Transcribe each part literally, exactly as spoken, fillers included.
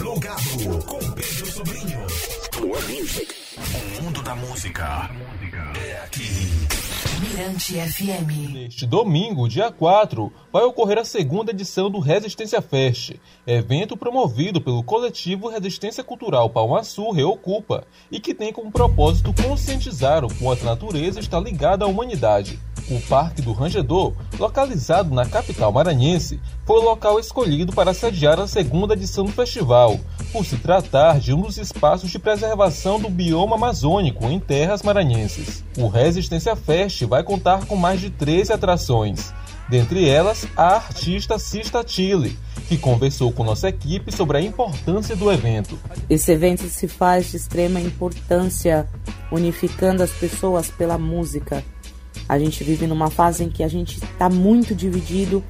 Plugado com Pedro Sobrinho. O mundo da música é aqui. Mirante F M. Neste domingo, dia quatro, vai ocorrer a segunda edição do Resistência Fest, evento promovido pelo coletivo Resistência Cultural Palma Sul Reocupa e que tem como propósito conscientizar o quanto a natureza está ligada à humanidade. O Parque do Rangedor, localizado na capital maranhense, foi o local escolhido para sediar a segunda edição do festival, por se tratar de um dos espaços de preservação do bioma amazônico em terras maranhenses. O Resistência Fest vai contar com mais de treze atrações, dentre elas a artista Sista Chile, que conversou com nossa equipe sobre a importância do evento. Esse evento se faz de extrema importância, unificando as pessoas pela música. A gente vive numa fase em que a gente está muito dividido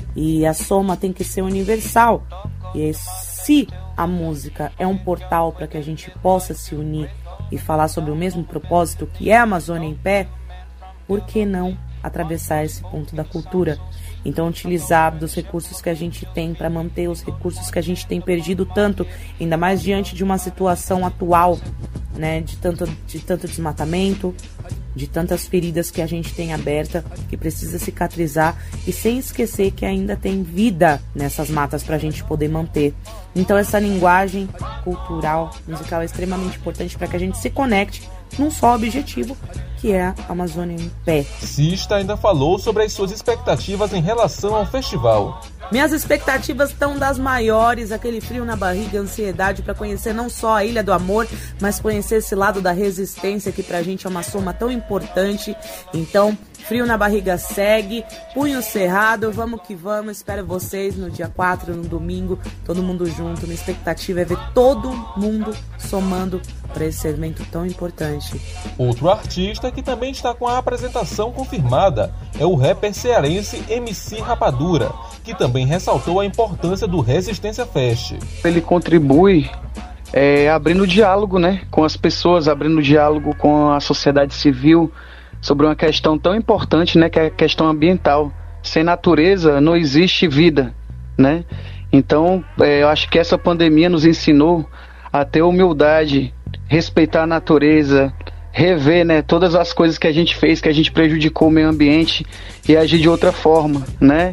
e a soma tem que ser universal. E se a música é um portal para que a gente possa se unir e falar sobre o mesmo propósito que é a Amazônia em pé, por que não atravessar esse ponto da cultura? Então, utilizar dos recursos que a gente tem para manter os recursos que a gente tem perdido tanto, ainda mais diante de uma situação atual, né, de tanto, de tanto desmatamento, de tantas feridas que a gente tem aberta, que precisa cicatrizar, e sem esquecer que ainda tem vida nessas matas para a gente poder manter. Então essa linguagem cultural, musical é extremamente importante para que a gente se conecte num só objetivo, que é a Amazônia em pé. Sista ainda falou sobre as suas expectativas em relação ao festival. Minhas expectativas estão das maiores, aquele frio na barriga, ansiedade para conhecer não só a Ilha do Amor, mas conhecer esse lado da resistência que pra gente é uma soma tão importante. Então, frio na barriga segue, punho cerrado, vamos que vamos, espero vocês no dia quatro, no domingo, todo mundo junto. Minha expectativa é ver todo mundo somando para esse evento tão importante. Outro artista que também está com a apresentação confirmada é o rapper cearense M C Rapadura, que também ressaltou a importância do Resistência Fest. Ele contribui é, abrindo diálogo, né, com as pessoas, abrindo diálogo com a sociedade civil sobre uma questão tão importante, né, que é a questão ambiental. Sem natureza não existe vida, né? Então, é, eu acho que essa pandemia nos ensinou a ter humildade, respeitar a natureza, rever, né, todas as coisas que a gente fez, que a gente prejudicou o meio ambiente e agir de outra forma, né?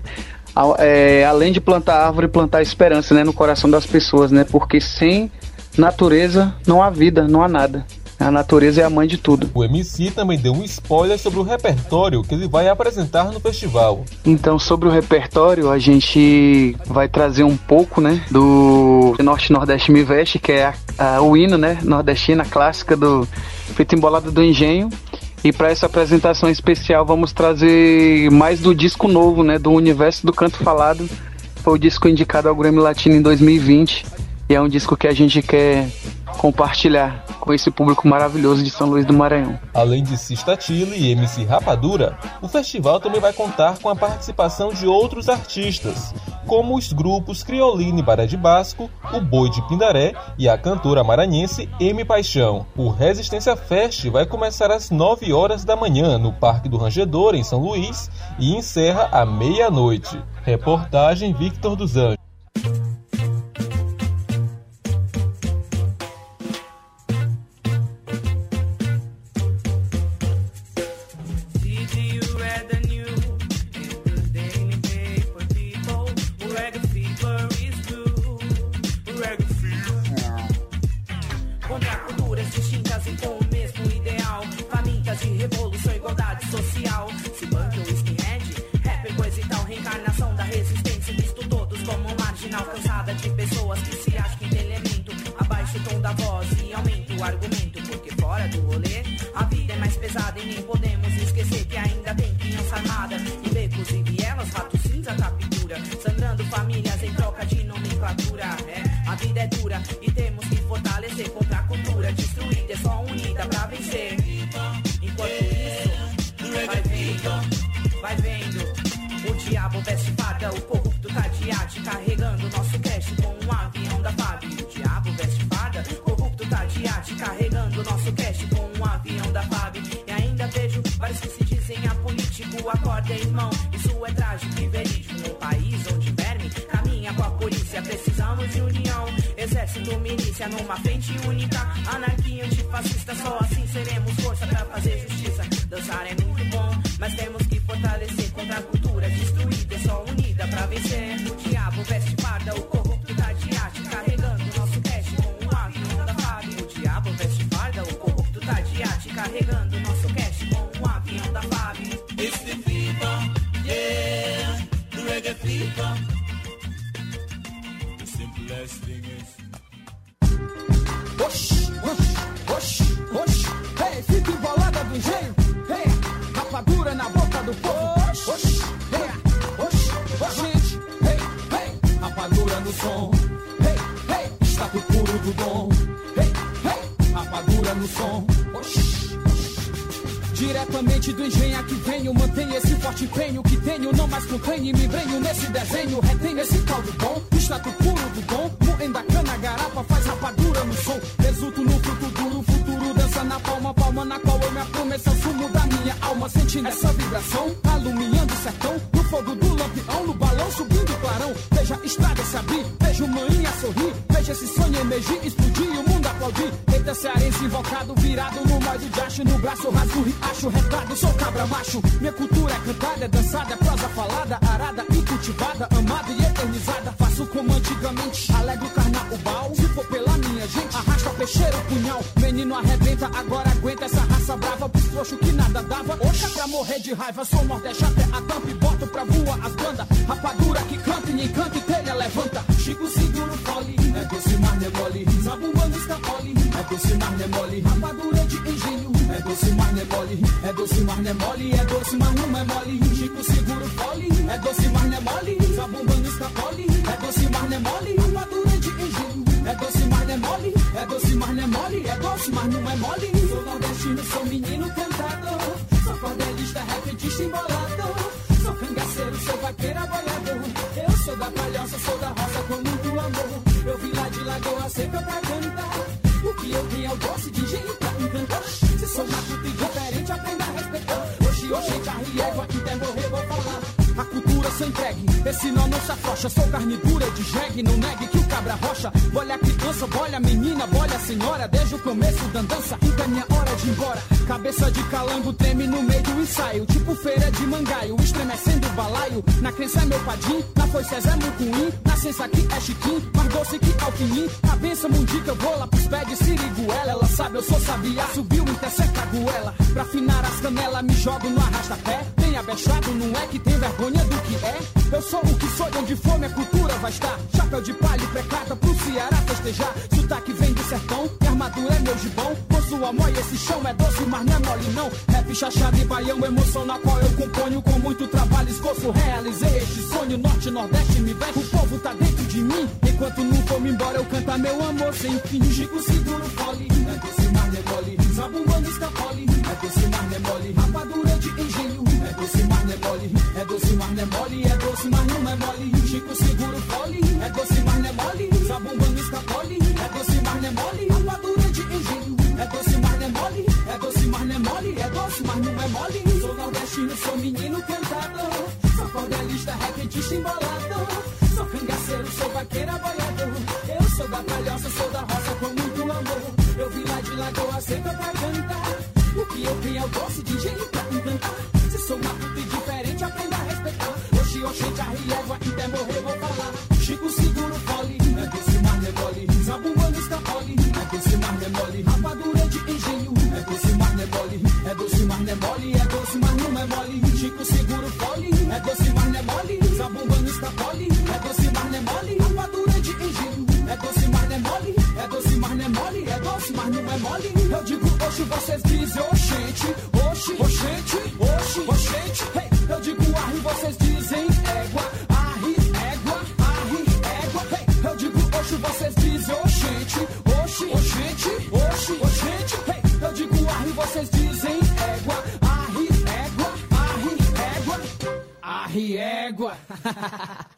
É, além de plantar árvore, plantar esperança, né, no coração das pessoas, né? Porque sem natureza não há vida, não há nada. A natureza é a mãe de tudo. O M C também deu um spoiler sobre o repertório que ele vai apresentar no festival. Então, sobre o repertório, a gente vai trazer um pouco, né, do Norte Nordeste Me Veste, que é a, a, o hino, né, nordestina clássica do Fita Embolada do Engenho. E para essa apresentação especial vamos trazer mais do disco novo, né, do Universo do Canto Falado. Foi o disco indicado ao Grammy Latino em dois mil e vinte e é um disco que a gente quer compartilhar com esse público maravilhoso de São Luís do Maranhão. Além de Sista Chile e M C Rapadura, o festival também vai contar com a participação de outros artistas, como os grupos Crioline Baré de Basco, o Boi de Pindaré e a cantora maranhense M Paixão. O Resistência Fest vai começar às nove horas da manhã no Parque do Rangedor, em São Luís, e encerra à meia-noite. Reportagem Victor dos Anjos. Acorda, irmão, isso é trágico e verídico. Num país onde verme caminha com a polícia, precisamos de união. exército, milícia numa frente única. Anarquia antifascista, só assim seremos força pra fazer justiça. Dançar é muito bom, mas temos que fortalecer contra a cultura destruída. É só unida pra vencer. O diabo veste farda, o corrupto tá de arte, carregando nosso cash com um avião da F A B. O diabo veste farda, o corrupto tá de arte, carregando nosso cash com um avião da F A B. It's the fever, yeah, the reggae fever. The simplest thing is. Oxi, oxi, oxi, oxi. Hey, fica embolada do engenho. Hey, rapadura na boca do povo. Oxi, oxi, hey, oxi, oxi, gente. Hey, hey, rapadura no som. Hey, hey, estado puro do dom. Hey, hey, rapadura no som. Oxi. Diretamente do engenho que venho, mantenho esse forte empenho que tenho, não mais contenho, me embrenho nesse desenho, retenho esse caldo bom, estado puro do dom, moendo a cana, garapa, faz rapadura no som, resulto no fruto duro, futuro dança na palma, palma na qual eu me aprumo, esse é o sumo da minha alma, sentindo essa vibração, alumiando o sertão, no fogo do lampião, no balão subindo o clarão, veja a estrada se abrir, veja o manhinha sorrir, veja esse sonho emergir, explodir e o mundo aplaudir, eita cearense invocado, virado no mais do jacho, no braço rasgo ri. Acho retrado, sou cabra macho. Minha cultura é cantada, é dançada, é prosa falada, arada e cultivada, amada e eternizada. Faço como antigamente, alegro carnaubal. Se for pela minha gente, arrasta peixeiro, punhal. Menino arrebenta, agora aguenta essa raça brava. Pros trouxos que nada dava, oxa pra morrer de raiva. Sou nordeste até a tampa e boto pra voar as bandas. Rapadura que canta e encanta e telha levanta. Chico seguro fole, é doce mar é mole. Zabumbando está pole, é doce mar é mole. Rapadura de engenho, é doce mar é mole. É doce, mas não é mole, é doce, mas não é mole. Chico seguro fole, é doce, mas não é mole. Zabumbando escapole, é doce, mas não é mole. Rapadura de engenho, é doce, mas não é mole. É doce, mas não é mole, é doce, mas não é mole. Sou nordestino, sou menino cantador. Sou cordelista, repentista embolado. Sou cangaceiro, sou vaqueira, boiador. Eu sou da palhoça, sou da roça com muito amor. Eu vim lá de Lagoa Seca pra cantar. O que eu tenho é o doce de engenho pra encantar. Se sou matuto e diferente, aprenda a respeitar. Hoje, hoje, carre égua, até morrer vou falar. A cultura sem entregue, esse nó não se afrouxa. Sou carne dura de jegue, não negue que o cabra rocha. Bolha a criança, bolha a menina, bolha a senhora. Desde o começo da dança, ainda é minha hora de ir embora. Cabeça de calango treme no meio do ensaio. Tipo feira de mangaio, estremecendo o balaio. Na crença é meu padim, na foice é mucuim. Na ciência aqui é chiquim, mais doce que alquimim. A benção mundica, eu vou lá pros pés de siriguela. Ela sabe, eu sou sabiá, subiu, interseca a goela. Pra afinar as canelas, me jogo no arrasta-pé. Tem abechado, não é que tem vergonha do que é. Eu sou o que sou, de onde for minha cultura vai estar. Chapéu de palha e precata pro Ceará festejar. Sotaque vem do sertão, e armadura é meu gibão. Com sua mó e esse chão é doce, mas não é mole não. Rap, chachado e baião, emoção na qual eu componho. Com muito trabalho, esforço, realizei este sonho. Norte, nordeste, me veste, o povo tá dentro de mim. Enquanto não for me embora, eu canto meu amor sem fim. Chico seguro fole, é doce, mas não é mole. Zabumbando escapole, é doce, mas não é mole. Rapadura de engenho, é doce, mas não é mole. É doce, mas não é mole, é doce, mas não é mole. Chico seguro fole, é doce, mas não é mole. Zabumbando escapole, é doce, mas não é mole. Rapadura de engenho, é doce, mas não é mole. É doce, mas não é mole, é doce, mas não é mole. Sou nordestino, sou menino cantador. Sou cordelista, repentista embolado. Sou cangaceiro, sou vaqueira, boiador. Eu sou da palhoça, sou da roça com muito amor. Eu vim lá de Lagoa Seca pra cantar. O que eu tenho é o doce de engenho pra encantar. Se sou matuto e diferente, aprenda a respeitar. Oxi, oxi, carre égua, até morrer vou falar. Chico seguro fole, é doce, mas não é mole. Zabumbando escapole, é doce, mas não é mole. Rapadura de engenho, é doce, mas não é mole. É doce, mas não é mole, é doce, mas não é mole. Chico seguro fole, é doce, mas não é mole. Zabumbando escapole, é doce, mas não é mole. Rapadura de engenho, é doce, mas não é mole. É doce, mas não é mole, é doce, mas não é mole. Eu digo oxi, vocês dizem oxente, oxi, oxente, oxi, oxente. Hey, eu digo arre, vocês dizem égua, arre, égua, arre, égua. Hey, eu digo oxi, vocês dizem oxente, oxi, oxente, oxi, oxente. Hey, eu digo arre, vocês dizem égua, arre, égua, arre, égua, arre, égua.